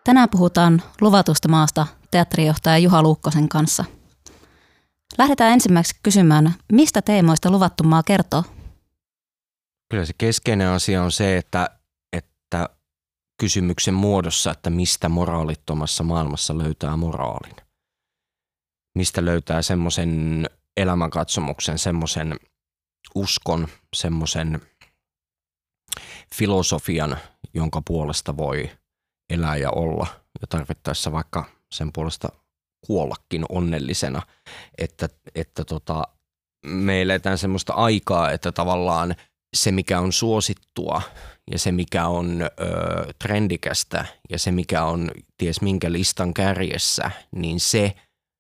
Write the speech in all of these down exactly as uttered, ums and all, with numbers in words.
Tänään puhutaan Luvatusta maasta teatterijohtaja Juha Luukkosen kanssa. Lähdetään ensimmäiseksi kysymään, mistä teemoista Luvattu maa kertoo? Kyllä se keskeinen asia on se, että, että kysymyksen muodossa, että mistä moraalittomassa maailmassa löytää moraalin. Mistä löytää semmoisen elämänkatsomuksen, semmoisen uskon, semmoisen filosofian, jonka puolesta voi elää ja olla ja tarvittaessa vaikka sen puolesta kuollakin onnellisena, että, että tota, me eletään semmoista aikaa, että tavallaan se mikä on suosittua ja se mikä on ö, trendikästä ja se mikä on ties minkä listan kärjessä, niin se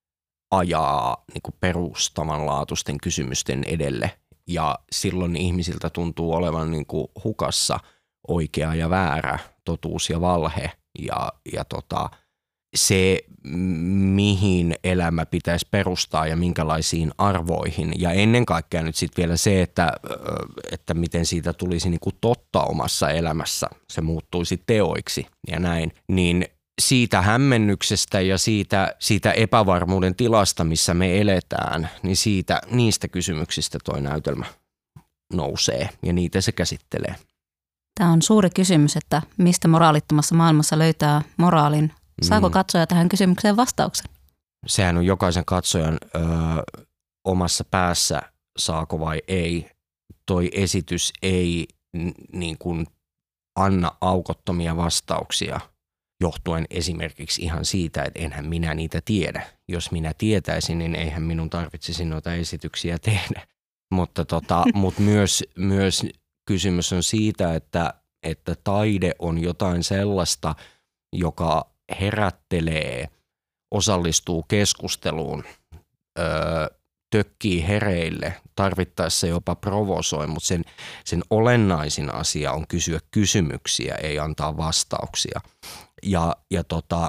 ajaa niin kuin perustavanlaatuisten kysymysten edelle ja silloin ihmisiltä tuntuu olevan niin kuin hukassa oikea ja väärä, totuus ja valhe ja, ja tota, se, mihin elämä pitäisi perustaa ja minkälaisiin arvoihin. Ja ennen kaikkea nyt sitten vielä se, että, että miten siitä tulisi niin kuin totta omassa elämässä, se muuttuisi teoiksi ja näin, niin siitä hämmennyksestä ja siitä, siitä epävarmuuden tilasta, missä me eletään, niin siitä, niistä kysymyksistä toi näytelmä nousee ja niitä se käsittelee. Tämä on suuri kysymys, että mistä moraalittomassa maailmassa löytää moraalin. Saako katsoja tähän kysymykseen vastauksen? Sehän on jokaisen katsojan ö, omassa päässä, saako vai ei. Toi esitys ei n, niin kuin anna aukottomia vastauksia johtuen esimerkiksi ihan siitä, että enhän minä niitä tiedä. Jos minä tietäisin, niin eihän minun tarvitsisi noita esityksiä tehdä. Mutta tota, mut myös, myös kysymys on siitä, että, että taide on jotain sellaista, joka herättelee, osallistuu keskusteluun, öö, tökkii hereille, tarvittaessa jopa provosoi, mutta sen, sen olennaisin asia on kysyä kysymyksiä, ei antaa vastauksia. Ja, ja tota,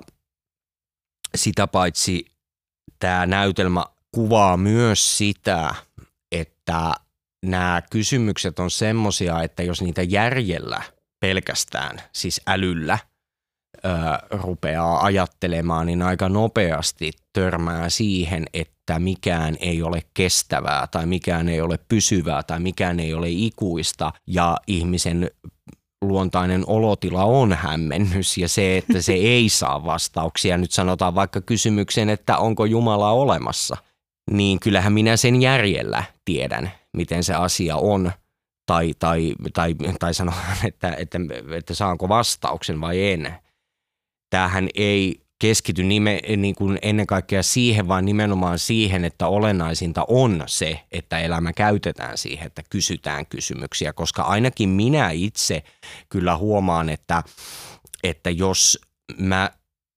sitä paitsi tämä näytelmä kuvaa myös sitä, että nämä kysymykset on semmoisia, että jos niitä järjellä pelkästään, siis älyllä, Ö, rupeaa ajattelemaan, niin aika nopeasti törmää siihen, että mikään ei ole kestävää tai mikään ei ole pysyvää tai mikään ei ole ikuista ja ihmisen luontainen olotila on hämmennys ja se, että se ei saa vastauksia. Nyt sanotaan vaikka kysymykseen, että onko Jumala olemassa, niin kyllähän minä sen järjellä tiedän, miten se asia on. Tai, tai, tai, tai sanotaan, että, että, että saanko vastauksen vai en. Tämähän ei keskity nime, niin kuin ennen kaikkea siihen, vaan nimenomaan siihen, että olennaisinta on se, että elämä käytetään siihen, että kysytään kysymyksiä, koska ainakin minä itse kyllä huomaan, että, että jos mä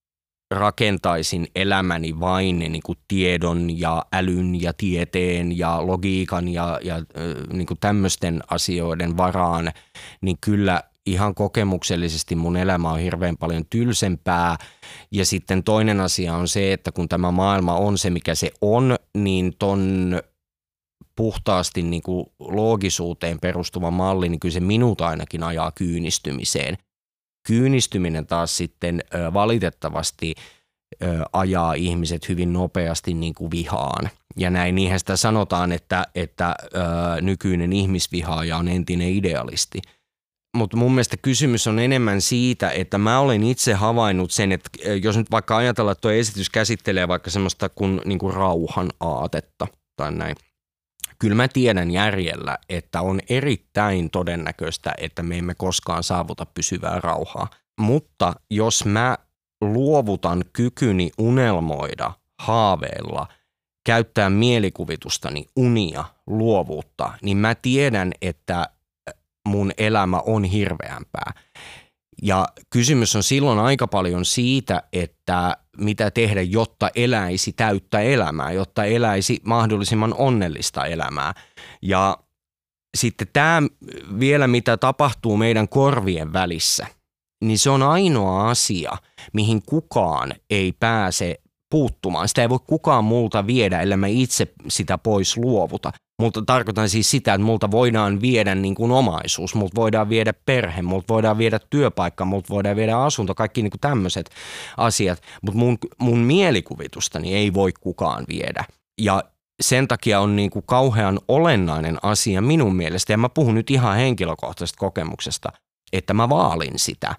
rakentaisin elämäni vain niin kuin tiedon ja älyn ja tieteen ja logiikan ja, ja niin kuin tämmöisten asioiden varaan, niin kyllä ihan kokemuksellisesti mun elämä on hirveän paljon tylsempää. Ja sitten toinen asia on se, että kun tämä maailma on se, mikä se on, niin ton puhtaasti niin kuin loogisuuteen perustuva malli, niin kyllä se minut ainakin ajaa kyynistymiseen. Kyynistyminen taas sitten ö, valitettavasti ö, ajaa ihmiset hyvin nopeasti niin kuin vihaan. Ja näin niinhän sitä sanotaan, että, että ö, nykyinen ihmisvihaaja on entinen idealisti. Mutta mun mielestä kysymys on enemmän siitä, että mä olen itse havainnut sen, että jos nyt vaikka ajatellaan, että tuo esitys käsittelee vaikka semmoista kuin, niin kuin rauhan aatetta tai näin. Kyllä mä tiedän järjellä, että on erittäin todennäköistä, että me emme koskaan saavuta pysyvää rauhaa. Mutta jos mä luovutan kykyni unelmoida, haaveilla, käyttää mielikuvitustani, unia, luovuutta, niin mä tiedän, että mun elämä on hirveämpää. Ja kysymys on silloin aika paljon siitä, että mitä tehdä, jotta eläisi täyttä elämää, jotta eläisi mahdollisimman onnellista elämää. Ja sitten tämä vielä, mitä tapahtuu meidän korvien välissä, niin se on ainoa asia, mihin kukaan ei pääse puuttumaan. Sitä ei voi kukaan multa viedä, ellei mä itse sitä pois luovuta. Mutta tarkoitan siis sitä, että multa voidaan viedä niin kuin omaisuus, multa voidaan viedä perhe, multa voidaan viedä työpaikka, multa voidaan viedä asunto, kaikki niin kuin tämmöiset asiat. Mutta mun, mun mielikuvitustani ei voi kukaan viedä. Ja sen takia on niin kuin kauhean olennainen asia minun mielestä, ja mä puhun nyt ihan henkilökohtaisesta kokemuksesta, että mä vaalin sitä.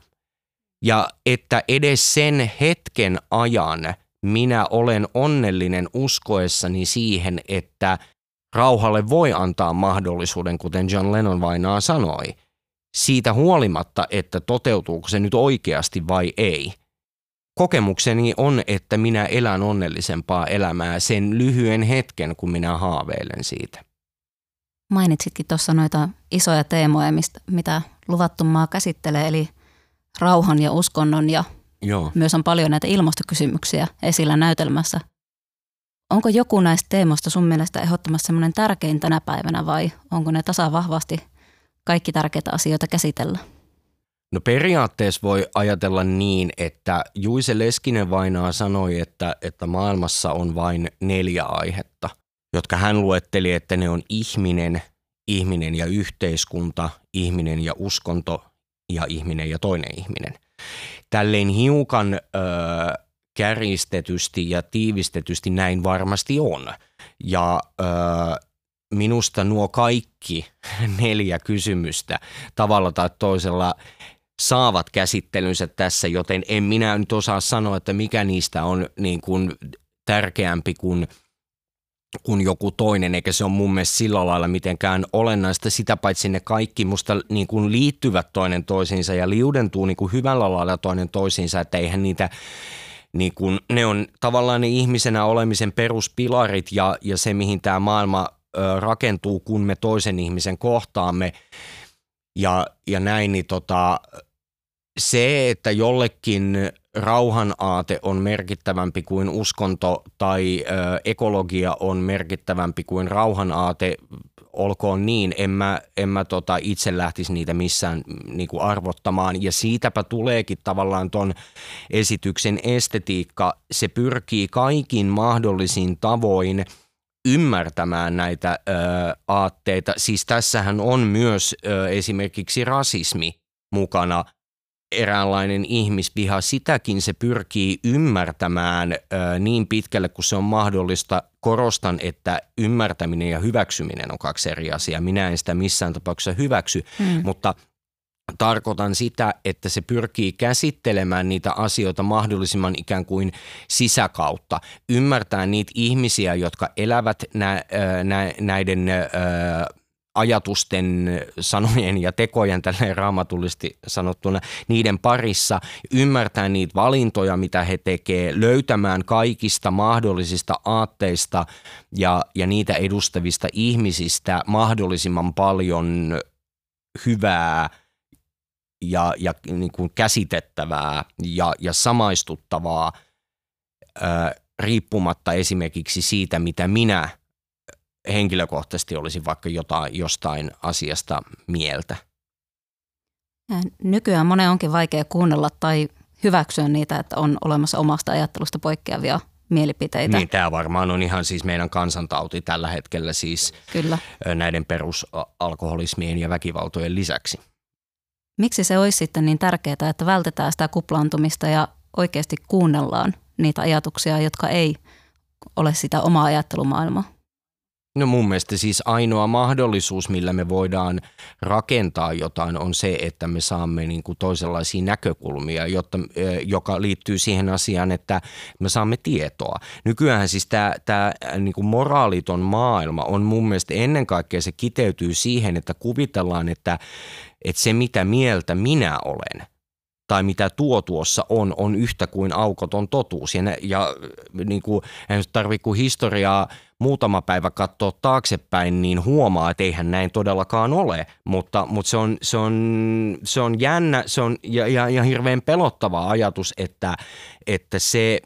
Ja että edes sen hetken ajan minä olen onnellinen uskoessani siihen, että rauhalle voi antaa mahdollisuuden, kuten John Lennon vainaa sanoi, siitä huolimatta, että toteutuuko se nyt oikeasti vai ei. Kokemukseni on, että minä elän onnellisempaa elämää sen lyhyen hetken, kun minä haaveilen siitä. Mainitsitkin tuossa noita isoja teemoja, mistä, mitä luvattu maa käsittelee, eli rauhan ja uskonnon ja Joo. Myös on paljon näitä ilmastokysymyksiä esillä näytelmässä. Onko joku näistä teemoista sun mielestä ehdottomasti semmoinen tärkein tänä päivänä vai onko ne tasavahvasti kaikki tärkeitä asioita käsitellä? No periaatteessa voi ajatella niin, että Juise Leskinen vainaa sanoi, että, että maailmassa on vain neljä aihetta, jotka hän luetteli, että ne on ihminen, ihminen ja yhteiskunta, ihminen ja uskonto ja ihminen ja toinen ihminen. Tälleen hiukan ö, kärjistetysti ja tiivistetysti näin varmasti on. Ja ö, minusta nuo kaikki neljä kysymystä tavalla tai toisella saavat käsittelynsä tässä, joten en minä nyt osaa sanoa, että mikä niistä on niin kuin tärkeämpi kuin, kuin joku toinen, eikä se ole mun mielestä sillä lailla mitenkään olennaista. Sitä paitsi ne kaikki musta niin kuin liittyvät toinen toisiinsa ja liudentuu niin kuin hyvällä lailla toinen toisiinsa, että eihän niitä, niin kuin, ne on tavallaan ne ihmisenä olemisen peruspilarit ja, ja se, mihin tämä maailma ö, rakentuu, kun me toisen ihmisen kohtaamme ja, ja näin, niin tota, se, että jollekin rauhan aate on merkittävämpi kuin uskonto tai ö, ekologia on merkittävämpi kuin rauhan aate, olkoon niin, en mä, en mä tota itse lähtisi niitä missään niin kuin arvottamaan. Ja siitäpä tuleekin tavallaan ton esityksen estetiikka. Se pyrkii kaikin mahdollisin tavoin ymmärtämään näitä ö, aatteita. Siis tässähän on myös ö, esimerkiksi rasismi mukana. Eräänlainen ihmisviha, sitäkin se pyrkii ymmärtämään ö, niin pitkälle kuin se on mahdollista. Korostan, että ymmärtäminen ja hyväksyminen on kaksi eri asiaa. Minä en sitä missään tapauksessa hyväksy, mm. mutta tarkoitan sitä, että se pyrkii käsittelemään niitä asioita mahdollisimman ikään kuin sisäkautta. Ymmärtää niitä ihmisiä, jotka elävät nä, nä, näiden ö, ajatusten, sanojen ja tekojen tälleen raamatullisesti sanottuna niiden parissa, ymmärtää niitä valintoja, mitä he tekee, löytämään kaikista mahdollisista aatteista ja, ja niitä edustavista ihmisistä mahdollisimman paljon hyvää ja, ja niin kuin käsitettävää ja, ja samaistuttavaa ää, riippumatta esimerkiksi siitä, mitä minä henkilökohtaisesti olisi vaikka jotain, jostain asiasta mieltä. Nykyään monen onkin vaikea kuunnella tai hyväksyä niitä, että on olemassa omasta ajattelusta poikkeavia mielipiteitä. Niin, tämä varmaan on ihan siis meidän kansantauti tällä hetkellä siis Kyllä. näiden perusalkoholismien ja väkivaltojen lisäksi. Miksi se olisi sitten niin tärkeää, että vältetään sitä kuplaantumista ja oikeasti kuunnellaan niitä ajatuksia, jotka ei ole sitä omaa ajattelumaailmaa? No mun mielestä siis ainoa mahdollisuus, millä me voidaan rakentaa jotain, on se, että me saamme niin kuin toisenlaisia näkökulmia, jotta, joka liittyy siihen asiaan, että me saamme tietoa. Nykyään siis tämä, tämä niin kuin moraaliton maailma on mun mielestä ennen kaikkea se kiteytyy siihen, että kuvitellaan, että, että se mitä mieltä minä olen tai mitä tuo tuossa on, on yhtä kuin aukoton totuus. Ja, ja niin kuin, en tarvitse kuin historiaa muutama päivä katsoa taaksepäin, niin huomaa, että eihän näin todellakaan ole. Mutta, mutta se, on, se, on, se on jännä se on, ja, ja, ja hirveän pelottava ajatus, että, että se,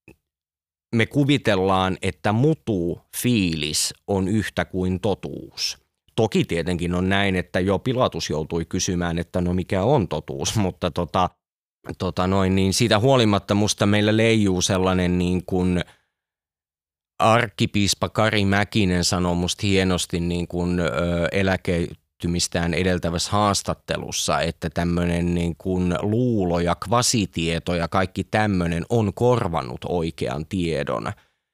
me kuvitellaan, että mutu fiilis on yhtä kuin totuus. Toki tietenkin on näin, että jo Pilatus joutui kysymään, että no mikä on totuus, mutta tota, tota noin, niin siitä huolimatta musta meillä leijuu sellainen niin kuin arkkipiispa Kari Mäkinen sanoi musta hienosti niin kuin ö, eläkeytymistään edeltävässä haastattelussa, että tämmöinen niin kuin luulo ja kvasitieto ja kaikki tämmöinen on korvannut oikean tiedon.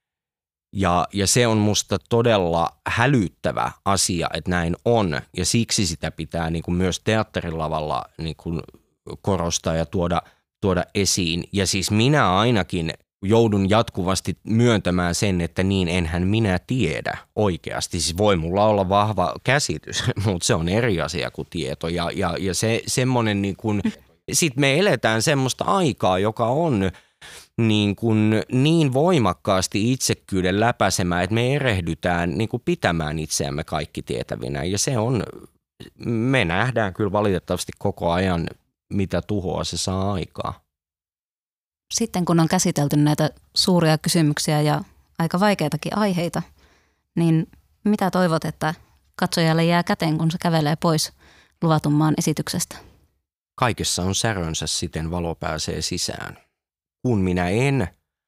Ja, ja se on musta todella hälyttävä asia, että näin on, ja siksi sitä pitää niin kuin myös teatterilavalla niin kuin korostaa ja tuoda, tuoda esiin. Ja siis minä ainakin joudun jatkuvasti myöntämään sen, että niin enhän minä tiedä oikeasti. Siis voi mulla olla vahva käsitys, mutta se on eri asia kuin tieto. Ja, ja, ja se semmoinen niin kuin, sit me eletään semmoista aikaa, joka on niin, kuin niin voimakkaasti itsekkyyden läpäisemään, että me erehdytään niin kuin pitämään itseämme kaikki tietävinä. Ja se on, me nähdään kyllä valitettavasti koko ajan, mitä tuhoa se saa aikaa. Sitten kun on käsitelty näitä suuria kysymyksiä ja aika vaikeitakin aiheita, niin mitä toivot, että katsojalle jää käteen, kun se kävelee pois luvatun maan esityksestä? Kaikessa on särönsä, siten valo pääsee sisään. Kun minä en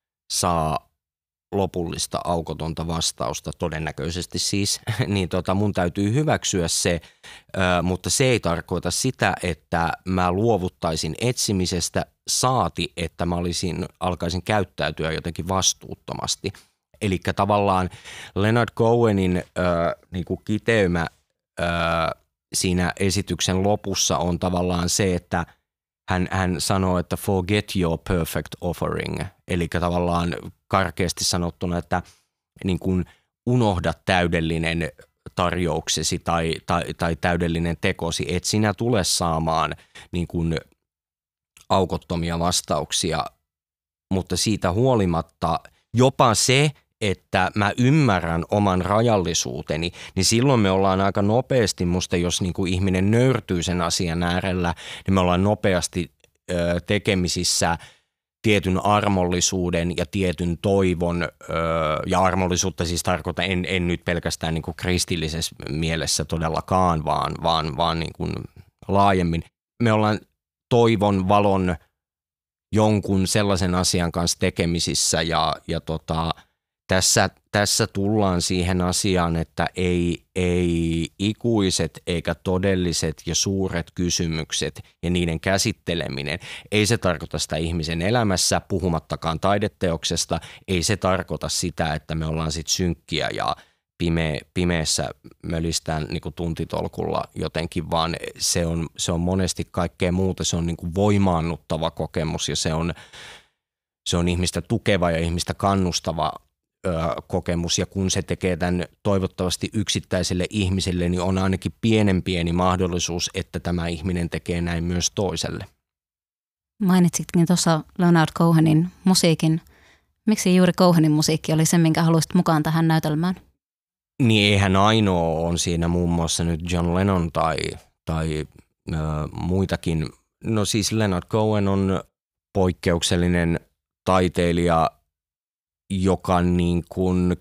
saa lopullista aukotonta vastausta, todennäköisesti siis, niin tota mun täytyy hyväksyä se, ö, mutta se ei tarkoita sitä, että mä luovuttaisin etsimisestä, saati, että mä olisin, alkaisin käyttäytyä jotenkin vastuuttomasti. Eli tavallaan Leonard Cohenin ö, niin kuin kiteymä ö, siinä esityksen lopussa on tavallaan se, että hän, hän sanoo, että forget your perfect offering, eli tavallaan karkeasti sanottuna, että niin kuin unohda täydellinen tarjouksesi tai, tai, tai täydellinen tekosi, et sinä tule saamaan niin kuin aukottomia vastauksia, mutta siitä huolimatta jopa se, että mä ymmärrän oman rajallisuuteni, niin silloin me ollaan aika nopeasti, musta jos niin kuin ihminen nöyrtyy sen asian äärellä, niin me ollaan nopeasti ö, tekemisissä tietyn armollisuuden ja tietyn toivon, ö, ja armollisuutta siis tarkoitan, en, en nyt pelkästään niin kuin kristillisessä mielessä todellakaan, vaan, vaan, vaan niin kuin laajemmin. Me ollaan toivon, valon, jonkun sellaisen asian kanssa tekemisissä ja, ja tota, tässä, tässä tullaan siihen asiaan, että ei, ei ikuiset eikä todelliset ja suuret kysymykset ja niiden käsitteleminen, ei se tarkoita sitä ihmisen elämässä, puhumattakaan taideteoksesta, ei se tarkoita sitä, että me ollaan sitten synkkiä ja pime, pimeässä mölistään niin kuin tuntitolkulla jotenkin, vaan se on, se on monesti kaikkea muuta, se on niin kuin voimaannuttava kokemus ja se on, se on ihmistä tukeva ja ihmistä kannustava kokemus, ja kun se tekee tämän toivottavasti yksittäiselle ihmiselle, niin on ainakin pienen pieni mahdollisuus, että tämä ihminen tekee näin myös toiselle. Mainitsitkin tuossa Leonard Cohenin musiikin. Miksi juuri Cohenin musiikki oli se, minkä haluaisit mukaan tähän näytelmään? Niin eihän ainoa on siinä muun muassa nyt John Lennon tai, tai äh, muitakin. No siis Leonard Cohen on poikkeuksellinen taiteilija, joka niin kuin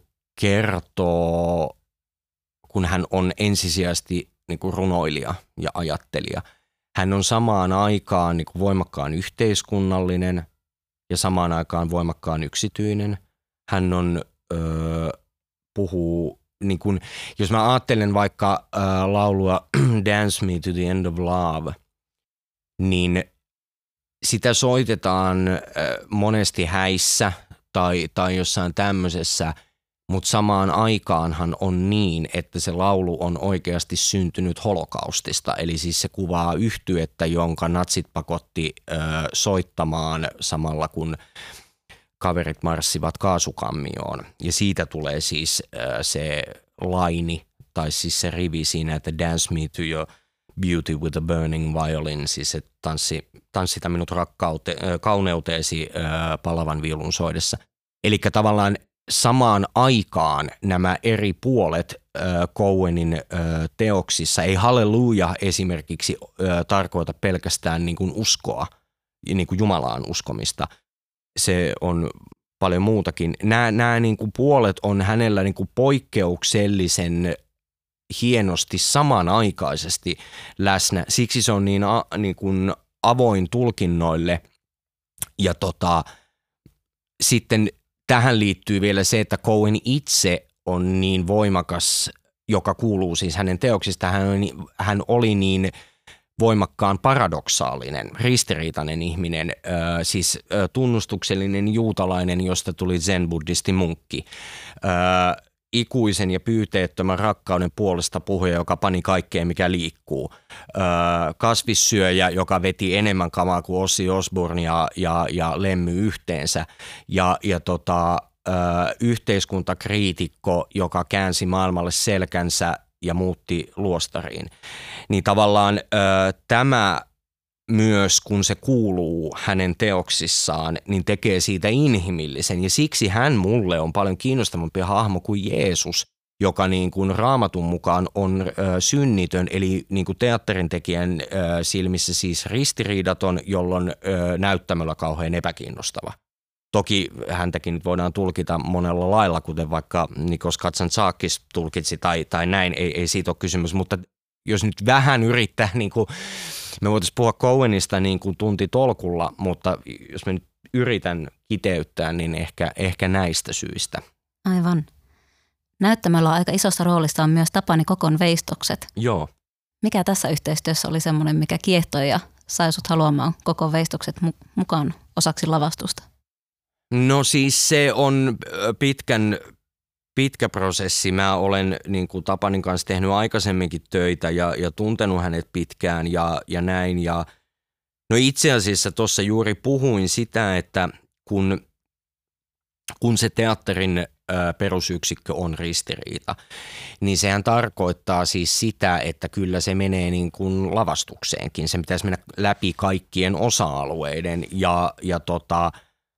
kertoo, kun hän on ensisijaisesti niin kuin runoilija ja ajattelija. Hän on samaan aikaan niin kuin voimakkaan yhteiskunnallinen ja samaan aikaan voimakkaan yksityinen. Hän on, öö, puhuu, niin kuin, jos mä ajattelen vaikka öö, laulua Dance Me to the End of Love, niin sitä soitetaan öö, monesti häissä, Tai, tai jossain tämmöisessä, mutta samaan aikaanhan on niin, että se laulu on oikeasti syntynyt holokaustista. Eli siis se kuvaa yhtyettä, jonka natsit pakotti ö, soittamaan samalla kun kaverit marssivat kaasukammioon. Ja siitä tulee siis ö, se laini, tai siis se rivi siinä, että dance me to your beauty with a burning violin, siis että tanssi, tanssita minut rakkaute, kauneuteesi ää, palavan viulun soidessa. Eli tavallaan samaan aikaan nämä eri puolet ää, Cohenin ää, teoksissa, ei halleluja esimerkiksi ää, tarkoita pelkästään niin kuin uskoa, niin kuin Jumalaan uskomista. Se on paljon muutakin. Nämä, nämä niin kuin puolet on hänellä niin kuin poikkeuksellisen hienosti samanaikaisesti läsnä. Siksi se on niin, a, niin kuin avoin tulkinnoille. Ja tota, sitten tähän liittyy vielä se, että Cohen itse on niin voimakas, joka kuuluu siis hänen teoksistaan. Hän, hän oli niin voimakkaan paradoksaalinen, ristiriitainen ihminen, äh, siis äh, tunnustuksellinen juutalainen, josta tuli zen-buddhisti munkki. Äh, ikuisen ja pyyteettömän rakkauden puolesta puhuja, joka pani kaikkeen, mikä liikkuu. Öö, kasvissyöjä, joka veti enemmän kamaa kuin Ozzy Osbourne ja, ja, ja Lemmy yhteensä. Ja, ja tota, öö, yhteiskuntakriitikko, joka käänsi maailmalle selkänsä ja muutti luostariin. Niin tavallaan öö, tämä myös, kun se kuuluu hänen teoksissaan, niin tekee siitä inhimillisen. Ja siksi hän mulle on paljon kiinnostavampi hahmo kuin Jeesus, joka niin kuin Raamatun mukaan on ö, synnitön, eli niin kuin teatterintekijän ö, silmissä siis ristiriidaton, jolloin ö, näyttämöllä kauhean epäkiinnostava. Toki häntäkin nyt voidaan tulkita monella lailla, kuten vaikka Nikos Kazantzakis tulkitsi tai, tai näin, ei, ei siitä ole kysymys, mutta jos nyt vähän yrittää, niin kuin, me voitaisiin puhua Cohenista niin kuin tunti tolkulla, mutta jos mä nyt yritän kiteyttää, niin ehkä, ehkä näistä syistä. Aivan. Näyttämällä on aika isossa roolissa on myös Tapani Kokon veistokset. Joo. Mikä tässä yhteistyössä oli semmoinen, mikä kiehtoi ja sai sut haluamaan Kokon veistokset mu- mukaan osaksi lavastusta? No siis se on pitkän... Pitkä prosessi. Mä olen niin kuin Tapanin kanssa tehnyt aikaisemminkin töitä ja, ja tuntenut hänet pitkään ja, ja näin. Ja, no itse asiassa tuossa juuri puhuin sitä, että kun, kun se teatterin ä, perusyksikkö on ristiriita, niin sehän tarkoittaa siis sitä, että kyllä se menee niin kuin lavastukseenkin. Se pitäisi mennä läpi kaikkien osa-alueiden ja, ja tota,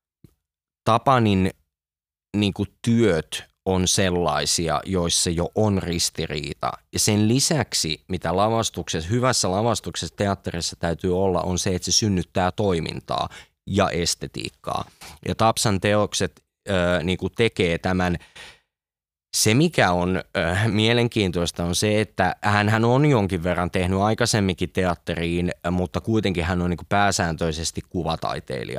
Tapanin niin kuin työt on sellaisia, joissa jo on ristiriita. Ja sen lisäksi, mitä lavastuksessa, hyvässä lavastuksessa teatterissa täytyy olla, on se, että se synnyttää toimintaa ja estetiikkaa. Ja Tapsan teokset äh, niin kuin tekee tämän. Se, mikä on äh, mielenkiintoista, on se, että hän on jonkin verran tehnyt aikaisemminkin teatteriin, mutta kuitenkin hän on niin kuin pääsääntöisesti kuvataiteilija.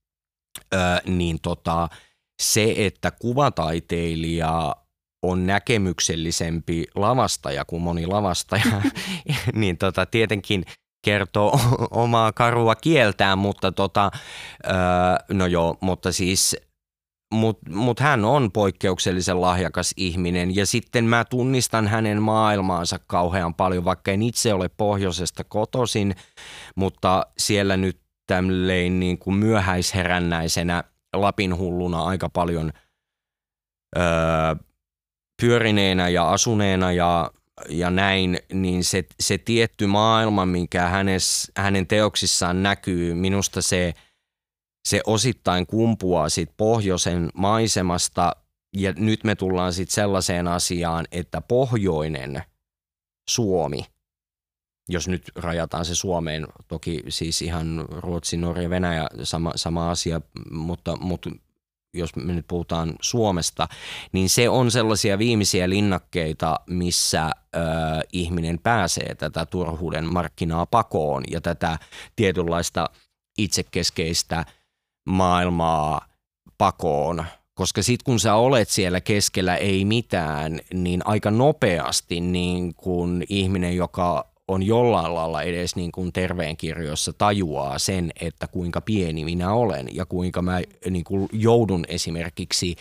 Äh, niin tota... Se, että kuvataiteilija on näkemyksellisempi lavastaja kuin moni lavastaja, niin tota, tietenkin kertoo omaa karua kieltään, mutta tota, öö, no joo, mutta siis, mut, mut hän on poikkeuksellisen lahjakas ihminen ja sitten mä tunnistan hänen maailmaansa kauhean paljon, vaikka en itse ole pohjoisesta kotoisin, mutta siellä nyt tämmöinen niin kuin myöhäisherännäisenä Lapin hulluna aika paljon öö, pyörineenä ja asuneena ja, ja näin, niin se, se tietty maailma, mikä hänes, hänen teoksissaan näkyy, minusta se, se osittain kumpuaa siitä pohjoisen maisemasta ja nyt me tullaan sitten sellaiseen asiaan, että pohjoinen Suomi, jos nyt rajataan se Suomeen, toki siis ihan Ruotsi, Norja, Venäjä, sama, sama asia, mutta, mutta jos me nyt puhutaan Suomesta, niin se on sellaisia viimeisiä linnakkeita, missä ö, ihminen pääsee tätä turhuuden markkinaa pakoon ja tätä tietynlaista itsekeskeistä maailmaa pakoon. Koska sitten kun sä olet siellä keskellä ei mitään, niin aika nopeasti niin kun ihminen, joka on jollain lailla edes niin kuin terveenkirjoissa tajuaa sen, että kuinka pieni minä olen ja kuinka mä niin kuin joudun esimerkiksi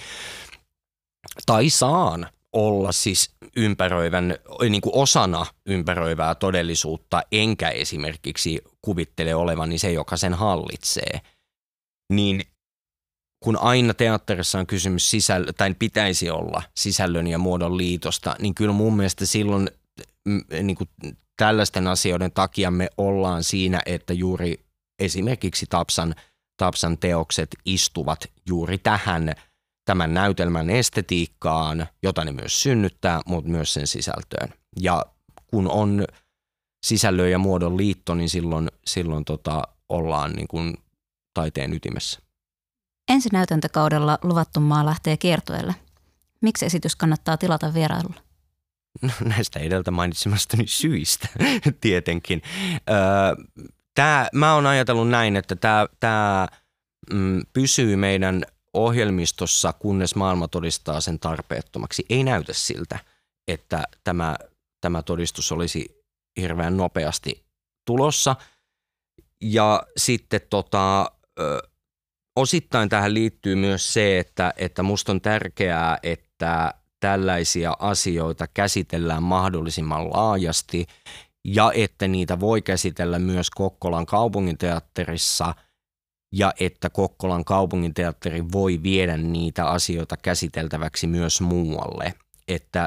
tai saan olla siis ympäröivän, niin kuin osana ympäröivää todellisuutta, enkä esimerkiksi kuvittele olevani se, joka sen hallitsee. Niin kun aina teatterissa on kysymys sisällön, tai pitäisi olla sisällön ja muodon liitosta, niin kyllä mun mielestä silloin niin kuin tällaisten asioiden takia me ollaan siinä, että juuri esimerkiksi Tapsan, Tapsan teokset istuvat juuri tähän tämän näytelmän estetiikkaan, jota ne myös synnyttää, mutta myös sen sisältöön. Ja kun on sisällön ja muodon liitto, niin silloin, silloin tota, ollaan niin kuin taiteen ytimessä. Ensi näytäntökaudella Luvattu maa lähtee kiertueelle. Miksi esitys kannattaa tilata vierailulla? No, näistä edeltä mainitsemastani syistä tietenkin. Öö, tää, mä oon ajatellut näin, että tämä tää, mm, pysyy meidän ohjelmistossa, kunnes maailma todistaa sen tarpeettomaksi. Ei näytä siltä, että tämä, tämä todistus olisi hirveän nopeasti tulossa. Ja sitten tota, ö, osittain tähän liittyy myös se, että, että musta on tärkeää, että tällaisia asioita käsitellään mahdollisimman laajasti ja että niitä voi käsitellä myös Kokkolan kaupunginteatterissa ja että Kokkolan kaupunginteatteri voi viedä niitä asioita käsiteltäväksi myös muualle. Että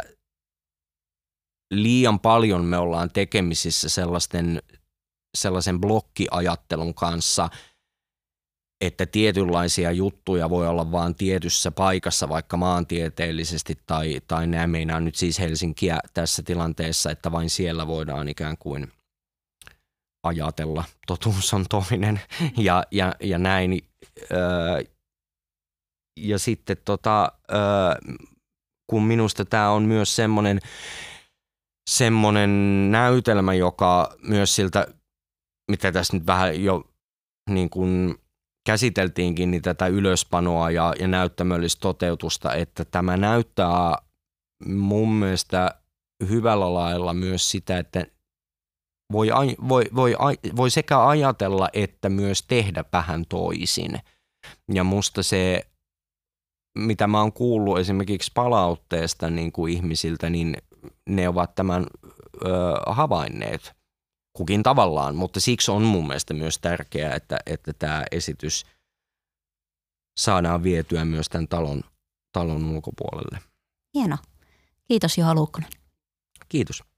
liian paljon me ollaan tekemisissä sellaisten, sellaisen blokkiajattelun kanssa, että tietynlaisia juttuja voi olla vain tietyssä paikassa, vaikka maantieteellisesti, tai, tai nämä meinaa nyt siis Helsinkiä tässä tilanteessa, että vain siellä voidaan ikään kuin ajatella, totuus on toinen ja, ja, ja näin. Öö, ja sitten tota, öö, kun minusta tämä on myös semmoinen, semmoinen näytelmä, joka myös siltä, mitä tässä nyt vähän jo niin kuin käsiteltiinkin, niin tätä ylöspanoa ja, ja näyttämöllistä toteutusta, että tämä näyttää mun mielestä hyvällä lailla myös sitä, että voi, voi, voi, voi sekä ajatella että myös tehdä vähän toisin. Ja musta se, mitä mä oon kuullut esimerkiksi palautteesta niin kuin ihmisiltä, niin ne ovat tämän ö, havainneet kukin tavallaan, mutta siksi on mun mielestä myös tärkeää, että, että tämä esitys saadaan vietyä myös tämän talon, talon ulkopuolelle. Hieno. Kiitos Juha Luukkonen. Kiitos.